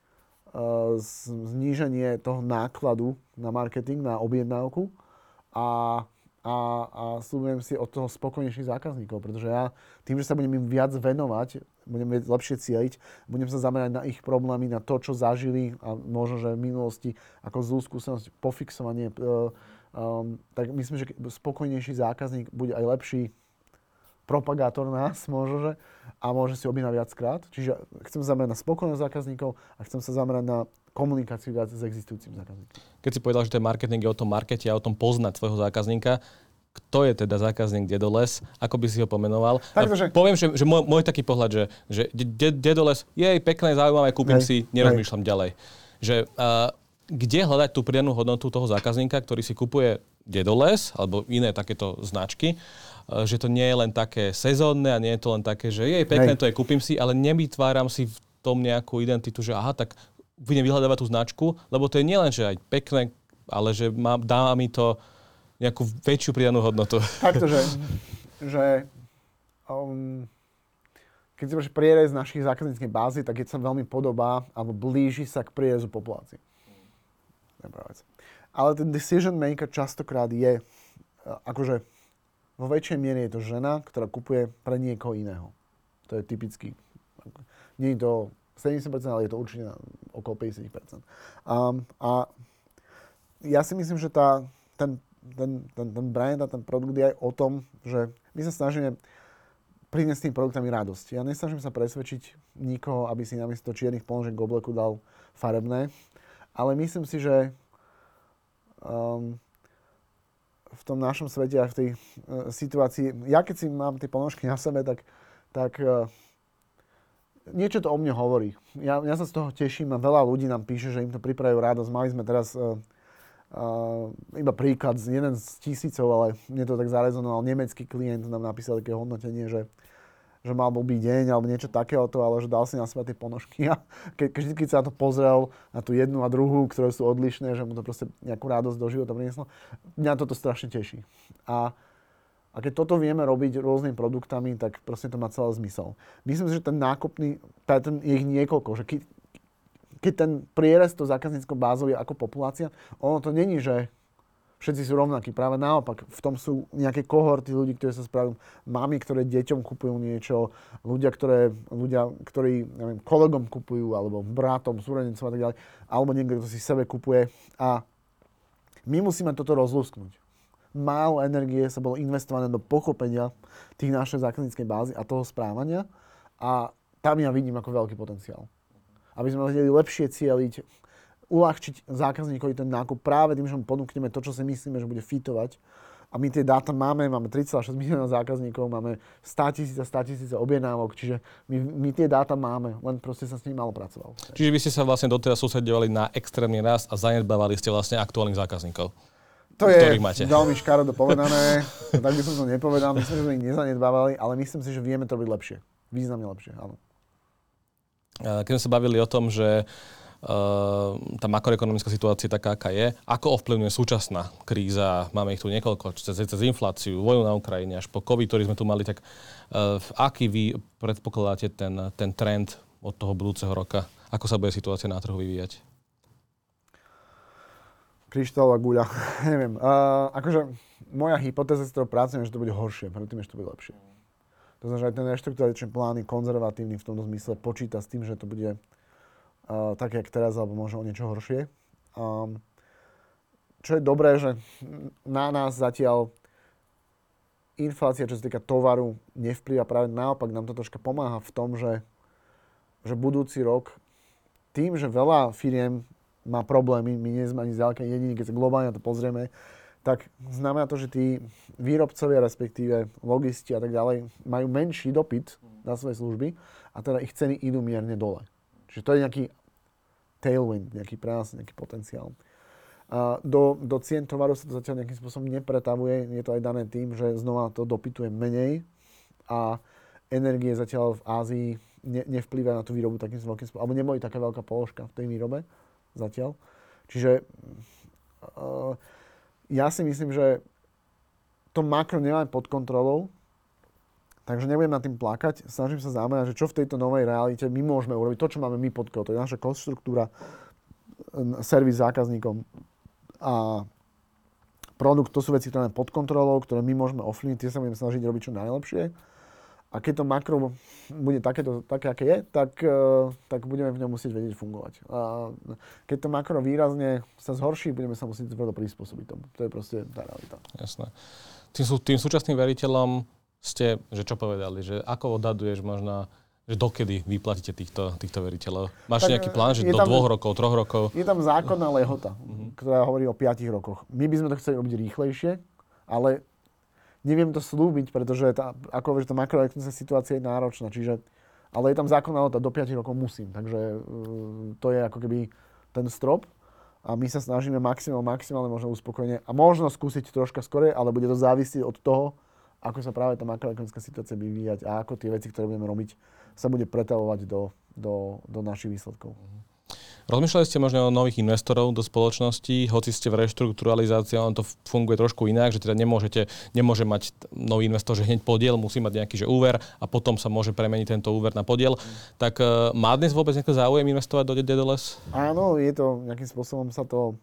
z, zníženie toho nákladu na marketing, na objednávku a, a, a sľubujem si od toho spokojnejších zákazníkov, pretože ja tým, že sa budem im viac venovať, budem lepšie cieliť, budem sa zamerať na ich problémy, na to, čo zažili a možno, že v minulosti ako zlú skúsenosť, pofixovanie uh, Um, tak myslím, že spokojnejší zákazník bude aj lepší propagátor nás, možno, že, a môže si objednať viackrát. Čiže chcem sa zamerať na spokojnosť zákazníkov a chcem sa zamerať na komunikáciu viac s existujúcim zákazníkom. Keď si povedal, že ten marketing je o tom markete a o tom poznať svojho zákazníka, kto je teda zákazník Dedoles? Ako by si ho pomenoval? Takže... Poviem, že, že môj, môj taký pohľad, že, že Dedoles je pekné, zaujímavé, kúpim hej, si, nerozmýšľam hej. ďalej. Že... Uh, kde hľadať tú pridanú hodnotu toho zákazníka, ktorý si kupuje Dedoles alebo iné takéto značky, že to nie je len také sezónne a nie je to len také, že je pekné, to je, kúpim si, ale nevytváram si v tom nejakú identitu, že aha, tak budem vyhľadávať tú značku, lebo to je nielen, že aj pekné, ale že má, dá mi to nejakú väčšiu pridanú hodnotu. Takto, že, že um, keď si máš prierez našich zákazníckej bázy, tak je sa veľmi podobá alebo blíži sa k prierezu populácie. Ale ten decision maker častokrát je, akože vo väčšej miere je to žena, ktorá kupuje pre niekoho iného. To je typicky. Nie je to sedemdesiat percent, ale je to určite okolo päťdesiat percent. Um, a ja si myslím, že tá, ten, ten, ten, ten brand a ten produkt je aj o tom, že my sa snažíme priniesť s tými produktami radosť. Ja nesnažím sa presvedčiť nikoho, aby si namiesto čiernych ponožiek k obleku dal farebné. Ale myslím si, že um, v tom našom svete a v tej uh, situácii, ja keď si mám tie ponožky na sebe, tak, tak uh, niečo to o mne hovorí. Ja, ja sa z toho teším a veľa ľudí nám píše, že im to pripravujú radosť. Mali sme teraz uh, uh, iba príklad, jeden z tisícov, ale mne to tak zarezonoval, nemecký klient nám napísal také hodnotenie, že že mal blbý deň alebo niečo takéhoto, ale že dal si na seba tie ponožky a ke, keď, keď sa na to pozrel, na tú jednu a druhú, ktoré sú odlišné, že mu to proste nejakú radosť do života prinieslo, mňa toto strašne teší. A, a keď toto vieme robiť rôznymi produktami, tak proste to má celý zmysel. Myslím si, že ten nákupný pattern je ich niekoľko, že keď, keď ten prierez to zákazníckou bázou je ako populácia, ono to není, že všetci sú rovnakí. Práve naopak, v tom sú nejaké kohorty ľudí, ktorí sa spravujú. Mami, ktoré deťom kupujú niečo, ľudia, ktoré, ľudia, ktorí neviem, kolegom kupujú, alebo bratom, súrodencom a tak ďalej, alebo niekto, kto si sebe kupuje. A my musíme toto rozlúsknuť. Málo energie sa bolo investované do pochopenia tých našej zákazníckej bázy a toho správania a tam ja vidím ako veľký potenciál. Aby sme vedeli lepšie cieliť, uľahčiť zákazníkovi ten nákup práve tým, že mu ponúkneme to, čo si myslíme, že bude fitovať. A my tie dáta máme, máme tri celé šesť milióna zákazníkov, máme sto tisíc a sto tisíc objednávok, čiže my, my tie dáta máme, len proste sa s nimi málo pracoval. Čiže vy ste sa vlastne doteraz sústredovali na extrémny rast a zanedbávali ste vlastne aktuálnych zákazníkov, to je máte. Veľmi škaredo povedané, tak by som to nepovedal, myslím, že sme ich nezanedbávali, ale myslím si, že vieme to robiť lepšie, významne lepšie, áno. Keď sme sa bavili o tom, že Uh, tá makroekonomická situácia je taká, aká je. Ako ovplyvňuje súčasná kríza? Máme ich tu niekoľko, cez, cez infláciu, vojnu na Ukrajine, až po COVID, ktorý sme tu mali. Tak uh, aký vy predpokladáte ten, ten trend od toho budúceho roka? Ako sa bude situácia na trhu vyvíjať? Kryštálová guľa. Neviem. Uh, akože moja hypotéza, s ktorou pracujem, že to bude horšie, predtým, že to bude lepšie. To znamená, že aj ten reštrukturačný plán je konzervatívny v tomto zmysle, počíta s tým, že to bude Uh, tak, jak teraz, alebo možno o niečo horšie. Um, čo je dobré, že na nás zatiaľ inflácia, čo sa týka tovaru, nevplyva. Práve naopak nám to troška pomáha v tom, že, že budúci rok tým, že veľa firiem má problémy, my nie sme ani zďaleka jediní, keď sa globálne na to pozrieme, tak znamená to, že tí výrobcovia, respektíve logisti a tak ďalej, majú menší dopyt na svoje služby a teda ich ceny idú mierne dole. Čiže to je nejaký tailwind, nejaký pre nás, nejaký potenciál. A do, do cien tovaru sa to zatiaľ nejakým spôsobom nepretavuje. Je to aj dané tým, že znova to dopytuje menej a energie zatiaľ v Ázii ne, nevplývajú na tú výrobu takým veľkým spôsobom. Alebo neboli taká veľká položka v tej výrobe zatiaľ. Čiže uh, ja si myslím, že to makro nemáme pod kontrolou, takže nebudem nad tým plakať. Snažím sa zamerať, že čo v tejto novej realite my môžeme urobiť. To, čo máme my pod kontrolou. To je naša cost štruktúra, servis zákazníkom a produkt, to sú veci, ktoré máme pod kontrolou, ktoré my môžeme ovplyvniť, tie sa budeme snažiť robiť čo najlepšie. A keď to makro bude takéto, také, aké je, tak, tak budeme v ňom musieť vedieť fungovať. A keď to makro výrazne sa zhorší, budeme sa musieť tvrdo prispôsobiť tomu. To je proste tá realita. Jasné. Tým, sú, tým súčasným veriteľom ste, že čo povedali, že ako odhaduješ možno, že dokedy vyplatíte týchto, týchto veriteľov? Máš tak nejaký plán, že do tam, dvoch rokov, troch rokov? Je tam zákonná lehota, uh-huh. ktorá hovorí o piatich rokoch. My by sme to chceli robiť rýchlejšie, ale neviem to slúbiť, pretože tá, ako vieš, tá makroekonomická situácia je náročná, čiže, ale je tam zákonná lehota, do piatich rokov musím, takže uh, to je ako keby ten strop a my sa snažíme maximálne, maximálne možno uspokojenie a možno skúsiť troška skorej, ale bude to závisieť od toho, ako sa práve tá makroekonomická situácia vyvíjať a ako tie veci, ktoré budeme robiť, sa bude pretavovať do, do, do našich výsledkov. Rozmýšľali ste možno o nových investorov do spoločnosti, hoci ste v reštrukturalizácii, on to funguje trošku inak, že teda nemôžete, nemôže mať nový investor, že hneď podiel, musí mať nejaký že úver a potom sa môže premeniť tento úver na podiel. Mm. Tak uh, má dnes vôbec nejaký záujem investovať do Dedolez? Áno, je to, nejakým spôsobom sa to...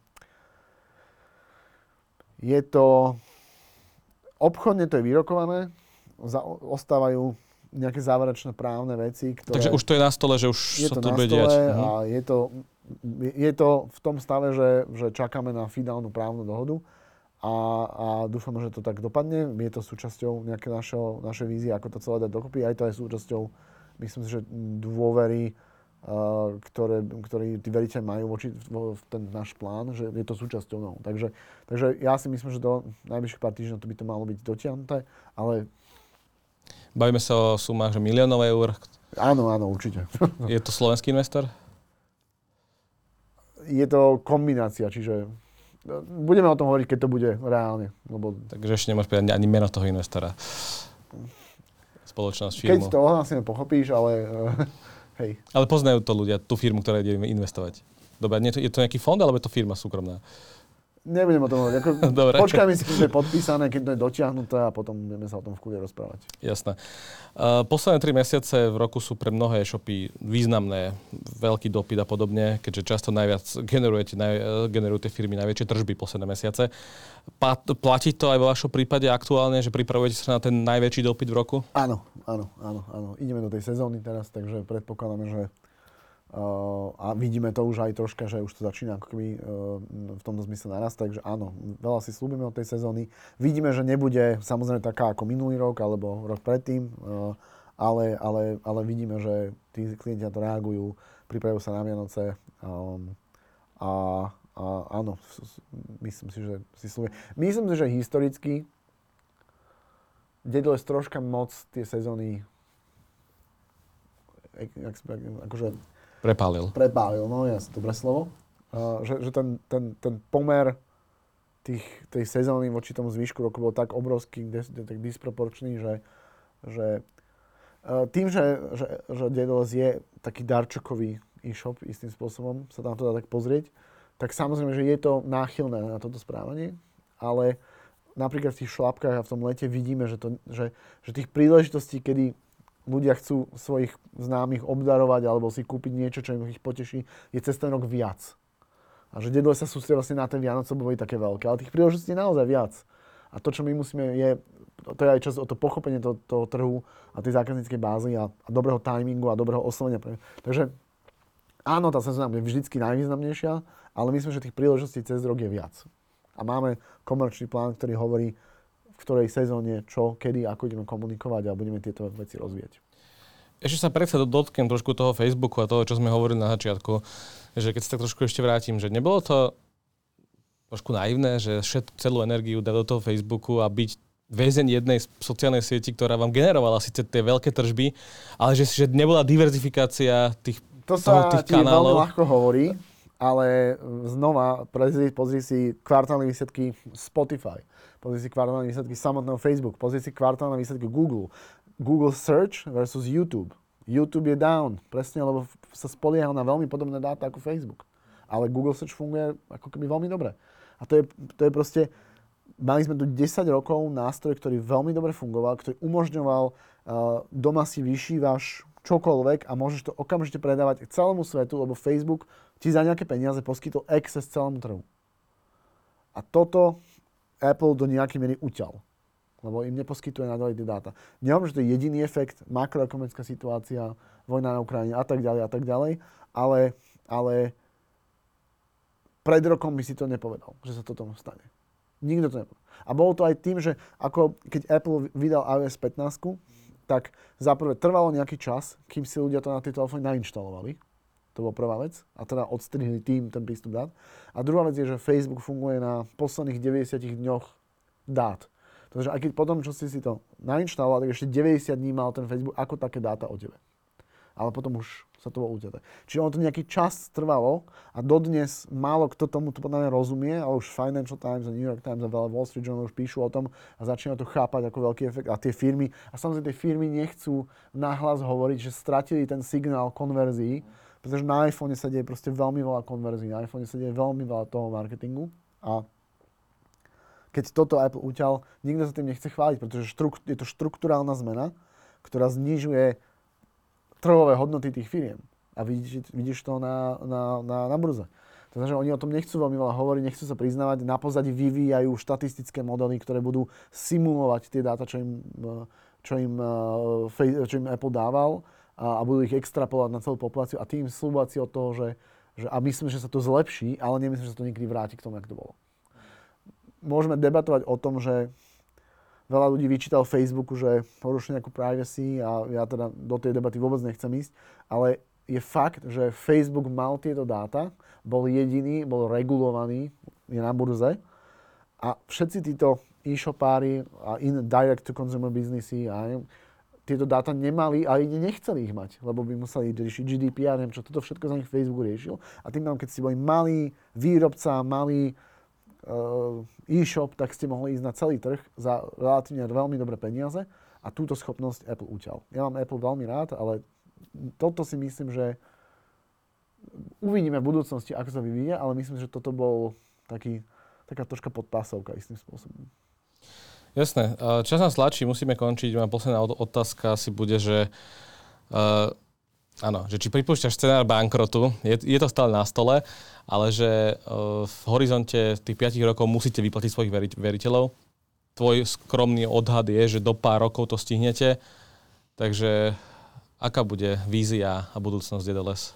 Je to... Obchodne to je vyrokované, za, ostávajú nejaké záverečné právne veci, ktoré... Takže už to je na stole, že už sa to bude diať. A je to, je to v tom stave, že, že čakáme na finálnu právnu dohodu a, a dúfam, že to tak dopadne. Je to súčasťou nejaké našo, našej vízie, ako to celé dať dokopy. Aj to je súčasťou, myslím si, že dôvery, uh, ktoré, ktorý tí veriteľi majú voči v ten náš plán, že je to súčasťou. No. Takže, takže ja si myslím, že do najbližších pár týždňov to by to malo byť dotiahnuté, ale... Bavíme sa o sumách, že miliónov eur. Áno, áno, určite. Je to slovenský investor? Je to kombinácia, čiže budeme o tom hovoriť, keď to bude reálne. Lebo... Takže ešte nemôžeš povedať ani meno toho investora. Spoločnosť, firmu. Keď to ohlasíme, pochopíš, ale hej. Ale poznajú to ľudia, tú firmu, ktorá ide investovať. Dobre, je to nejaký fond, alebo je to firma súkromná? Nebudem o tom hovoriť. Ako, počkajme si, keď to je podpísané, keď to je dotiahnuté a potom budeme sa o tom v kľude rozprávať. Jasné. Uh, posledné tri mesiace v roku sú pre mnohé e-shopy významné, veľký dopyt a podobne, keďže často najviac generujete, naj, generujú tie firmy najväčšie tržby posledné mesiace. Pa, platí to aj vo vašom prípade aktuálne, že pripravujete sa na ten najväčší dopyt v roku? Áno, áno, áno, áno. Ideme do tej sezóny teraz, takže predpokladáme, že Uh, a vidíme to už aj troška, že už to začína ako keby uh, v tomto zmysle narastať, takže áno, veľa si slúbime od tej sezóny. Vidíme, že nebude samozrejme taká ako minulý rok alebo rok predtým, uh, ale, ale, ale vidíme, že tí klienti na to reagujú, pripravujú sa na Vianoce um, a, a áno, myslím si, že si slúbime. Myslím si, že historicky Dedolez troška moc tie sezóny akože Prepálil. Prepálil, no jasne, dobré slovo. Uh, že že ten, ten, ten pomer tých, tej sezóny voči tomu zvýšku roku bol tak obrovský, des, tak disproporčný, že, že uh, tým, že, že, že Dedolez je taký darčokový e-shop istým spôsobom, sa tam to dá tak pozrieť, tak samozrejme, že je to náchylné na toto správanie, ale napríklad v tých šlapkách a v tom lete vidíme, že, to, že, že tých príležitostí, kedy ľudia chcú svojich známych obdarovať alebo si kúpiť niečo, čo ich poteší, je cez ten rok viac. A že Dedolez sa sústredí vlastne na ten Vianoce, boli také veľké, ale tých príležitostí je naozaj viac. A to, čo my musíme, je, to je aj čas o to pochopenie toho, toho trhu a tej zákazníckej bázy a, a dobrého timingu a dobrého oslovenia. Takže áno, tá sezóna je vždycky najvýznamnejšia, ale myslím, že tých príležitostí cez rok je viac. A máme komerčný plán, ktorý hovorí, v ktorej sezóne, čo, kedy, ako ideme komunikovať a budeme tieto veci rozvíjať. Ešte sa predsa dotknem trošku toho Facebooku a toho, čo sme hovorili na začiatku, že keď sa tak trošku ešte vrátim, že nebolo to trošku naivné, že všetku celú energiu dať do toho Facebooku a byť väzeň jednej sociálnej sieti, ktorá vám generovala síce tie veľké tržby, ale že, že nebola diverzifikácia tých, to sa toho, tých ti kanálov. veľmi ľahko hovorí, ale znova pozri, pozri si kvartálne výsledky Spotify, pozri si kvartálne výsledky samotného Facebook, pozri si kvartálne výsledky Google. Google Search versus YouTube. YouTube je down, presne, lebo sa spolieha na veľmi podobné dáta ako Facebook. Ale Google Search funguje ako keby veľmi dobre. A to je, to je proste, mali sme tu desať rokov nástroj, ktorý veľmi dobre fungoval, ktorý umožňoval, uh, doma si vyšívaš čokoľvek a môžeš to okamžite predávať celému svetu, lebo Facebook ti za nejaké peniaze poskytol access celému trhu. A toto Apple do nejakej miery uťal, lebo im neposkytuje naďalej tie dáta. Nehovorím, že to je jediný efekt, makroekonomická situácia, vojna na Ukrajine a tak ďalej a tak ďalej, ale, ale pred rokom by si to nepovedal, že sa toto stane. Nikto to nepovedal. A bolo to aj tým, že ako keď Apple vydal iOS pätnásť, tak zaprvé trvalo nejaký čas, kým si ľudia to na tie telefóny nainštalovali. To bola prvá vec. A teda odstrihli tým ten prístup dát. A druhá vec je, že Facebook funguje na posledných deväťdesiat dňoch dát. Takže aj keď potom, čo si si to nainštaloval, tak ešte deväťdesiat dní mal ten Facebook ako také dáta o tebe. Ale potom už sa to bolo uťaté. Čiže ono to nejaký čas trvalo a dodnes málo kto tomu to podľa mňa rozumie, ale už Financial Times a New York Times a veľa Wall Street Journal už píšu o tom a začínajú to chápať ako veľký efekt. A tie firmy, a samozrejme tie firmy nechcú nahlas hovoriť, že stratili ten signál konverzií, pretože na iPhone sa deje proste veľmi veľa konverzií, na iPhone sa deje veľmi veľa toho marketingu a keď toto Apple uťal, nikto sa tým nechce chváliť, pretože štrukt, je to štrukturálna zmena, ktorá znižuje trhové hodnoty tých firiem. A vidíš, vidíš to na, na, na, na burze. Takže oni o tom nechcú veľmi veľa hovoriť, nechcú sa priznávať. Na pozadí vyvíjajú štatistické modely, ktoré budú simulovať tie dáta, čo im, čo im, čo im Apple dával a, a budú ich extrapolovať na celú populáciu a tým slúbovať si od toho, že, že a myslím, že sa to zlepší, ale nemyslím, že sa to nikdy vráti k tomu, jak to bolo. Môžeme debatovať o tom, že veľa ľudí vyčítal Facebooku, že porušuje nejakú privacy a ja teda do tej debaty vôbec nechcem ísť, ale je fakt, že Facebook mal tieto dáta, bol jediný, bol regulovaný, je na burze a všetci títo e-shopári a in direct-to-consumer businessy a tieto dáta nemali a nechceli ich mať, lebo by museli riešiť G D P R, neviem čo, toto všetko za nich Facebook riešil a tým pádom, keď si boli malý výrobca, malý e-shop, tak ste mohli ísť na celý trh za relatívne veľmi dobré peniaze a túto schopnosť Apple uťal. Ja mám Apple veľmi rád, ale toto si myslím, že uvidíme v budúcnosti, ako sa vyvíja, ale myslím, že toto bol taký, taká troška podpásovka istým spôsobom. Jasné. Čas nás tlačí, musíme končiť. Moja posledná otázka asi bude, že uh, áno, že či pripúšťaš scenár bankrotu, je, je to stále na stole, ale že uh, v horizonte tých piatich rokov musíte vyplatiť svojich veri, veriteľov. Tvoj skromný odhad je, že do pár rokov to stihnete. Takže aká bude vízia a budúcnosť dé el es?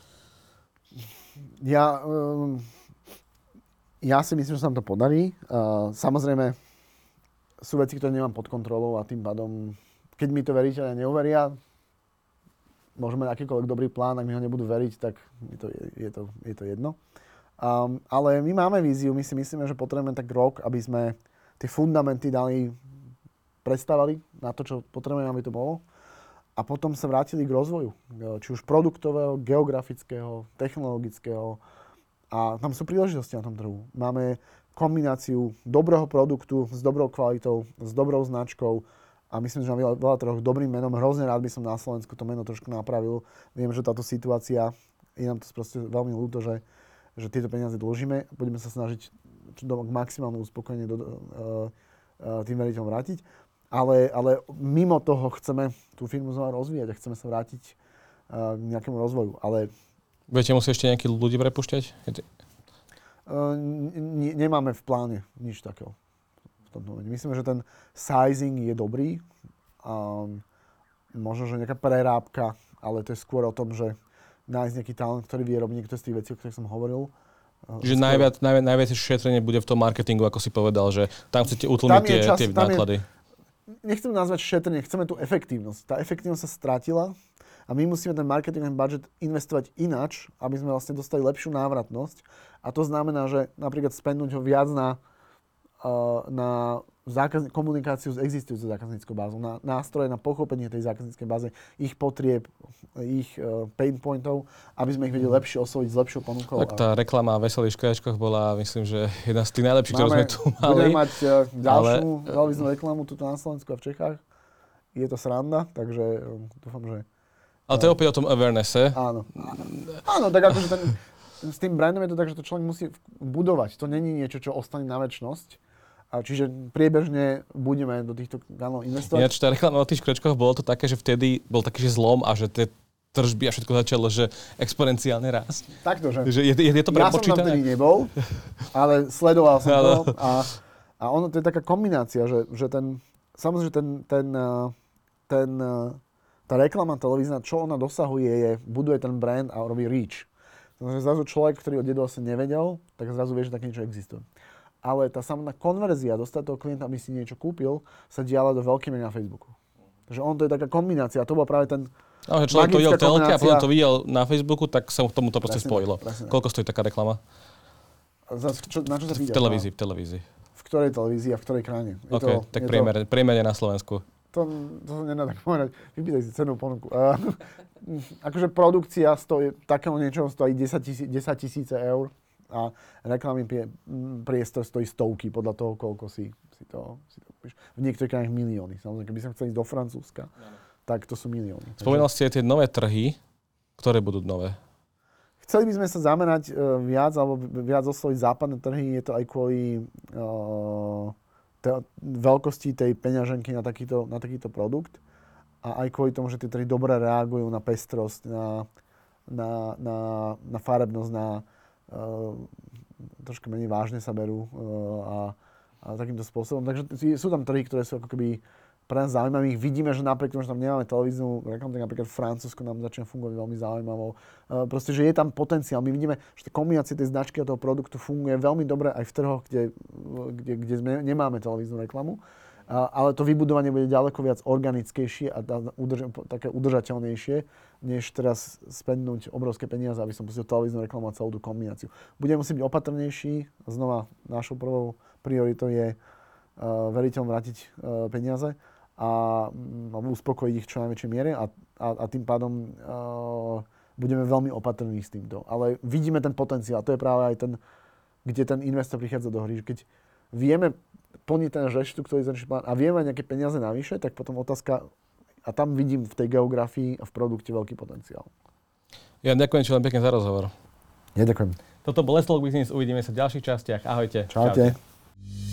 Ja, um, ja si myslím, že sa nám to podarí. Uh, samozrejme, sú veci, ktoré nemám pod kontrolou a tým pádom, keď mi to veriteľia neuveria, môžeme mať akýkoľvek dobrý plán, ak mi ho nebudú veriť, tak je to, je to, je to jedno. Um, ale my máme víziu, my si myslíme, že potrebujeme tak rok, aby sme tie fundamenty dali, predstavali na to, čo potrebujeme, aby to bolo. A potom sa vrátili k rozvoju, či už produktového, geografického, technologického. A tam sú príležitosti na tom trhu. Máme kombináciu dobrého produktu s dobrou kvalitou, s dobrou značkou, a myslím, že mám veľa, veľa troch dobrým menom. Hrozne rád by som na Slovensku to meno trošku napravil. Viem, že táto situácia, je nám to proste veľmi ľúto, že, že tieto peniaze dlžíme. Budeme sa snažiť do maximálne uspokojenie do, uh, uh, tým veriteľom vrátiť. Ale, ale mimo toho chceme tú firmu znova rozvíjať a chceme sa vrátiť uh, k nejakému rozvoju. Ale budete musieť ešte nejakí ľudí prepušťať? Uh, n- nemáme v pláne nič takého. Myslím, že ten sizing je dobrý. Um, možno, že nejaká prerábka, ale to je skôr o tom, že nájsť nejaký talent, ktorý vie robiť niektoré z tých vecí, o ktorých som hovoril. Že skôr najviac, najviac, najviac šetrenie bude v tom marketingu, ako si povedal, že tam chcete utlmiť tie, čas, tie náklady. Je, nechcem nazvať šetrenie, chceme tú efektívnosť. Tá efektívnosť sa stratila A my musíme ten marketingový budget investovať ináč, aby sme vlastne dostali lepšiu návratnosť. A to znamená, že napríklad spendnúť ho viac na, na zákaz, komunikáciu s existujúcou zákazníckou bázou, na nástroje na pochopenie tej zákazníckej báze, ich potrieb, ich uh, pain pointov, aby sme ich vedeli lepšie osloviť s lepšou ponukou. Tak tá reklama v Veselých škriačkoch bola, myslím, že jedna z tých najlepších, ktorú sme tu mali. Budeme mať uh, ďalšiu ale... televíznu reklamu tuto na Slovensku a v Čechách. Je to sranda, takže um, dúfam, že... Ale to je opäť o tom awarenesse. Áno. Áno, tak akože ten, s tým brandom je to tak, že to človek musí budovať. To není niečo, čo ostane na večnosť. A čiže priebežne budeme do týchto kanálov investovať. Ináč tá reklama o tých škrečkoch bolo to také, že vtedy bol taký že zlom a že tie tržby a všetko začalo, že exponenciálne rásť. Takto, že? že je, je, je to ja som tam vtedy nebol, ale sledoval som to a, a ono to je taká kombinácia, že, že ten, samozrejme ten, ten, ten, tá reklama televízna, čo ona dosahuje, je, buduje ten brand a robí reach. Takže zrazu človek, ktorý o dedu asi nevedel, tak zrazu vie, že také niečo existuje. Ale tá samotná konverzia, dostať toho klienta, aby si niečo kúpil, sa diala do veľkej miery na Facebooku. Takže on to je taká kombinácia. To bola práve ten no, že človek to videl v telke a potom to videl na Facebooku, tak sa mu tomu to proste spojilo. Presne. Koľko stojí taká reklama? Čo, na čo sa pýtaš? V televízii, v televízii. V ktorej televízii a v ktorej krajine? Je OK, to, tak priemerne to... na Slovensku. To, to sa nedá tak povedať. Vypýtaj si cenu ponuku. Uh, akože produkcia stojí, takého niečoho stojí desať tisíce eur. A reklamný priestor stojí stovky podľa toho, koľko si, si to si to kúpiš. V niektorých krajinách milióny. Samozrejme, keby som chcel ísť do Francúzska, no. tak to sú milióny. Spomínal ste tie nové trhy, ktoré budú nové? Chceli by sme sa zamerať uh, viac, alebo viac osloviť západné trhy. Je to aj kvôli uh, te, veľkosti tej peňaženky na takýto, na takýto produkt. A aj kvôli tomu, že tie trhy dobre reagujú na pestrosť, na, na, na, na farebnosť, na Uh, trošku menej vážne sa berú uh, a, a takýmto spôsobom. Takže sú tam trhy, ktoré sú ako keby pre nás zaujímavé. Vidíme, že napriek tomu, že tam nemáme televíznu reklamu, tak napríklad Francúzsko nám začína fungovať veľmi zaujímavo. Uh, proste, že je tam potenciál. My vidíme, že tá kombinácia tej značky a toho produktu funguje veľmi dobre aj v trhoch, kde, kde, kde sme, nemáme televíznu reklamu. Uh, ale to vybudovanie bude ďaleko viac organickejšie a udrž- také udržateľnejšie, než teraz spendnúť obrovské peniaze, aby som pustil televíznu reklamu a celú tú kombináciu. Budeme musieť byť opatrnejší. Znova, našou prvou prioritou je uh, veriteľom vrátiť uh, peniaze a um, uspokojiť ich v čo najväčšej miere a, a, a tým pádom uh, budeme veľmi opatrní s týmto. Ale vidíme ten potenciál. To je práve aj ten, kde ten investor prichádza do hry. Keď vieme plniť ten reštrukturalizačný plán a vieme nejaké peniaze navyše, tak potom otázka, a tam vidím v tej geografii a v produkte veľký potenciál. Ja ďakujem ti len pekne za rozhovor. Ja ďakujem. Toto bol Let's Talk Business, uvidíme sa v ďalších častiach. Ahojte. Čaute. Čaute.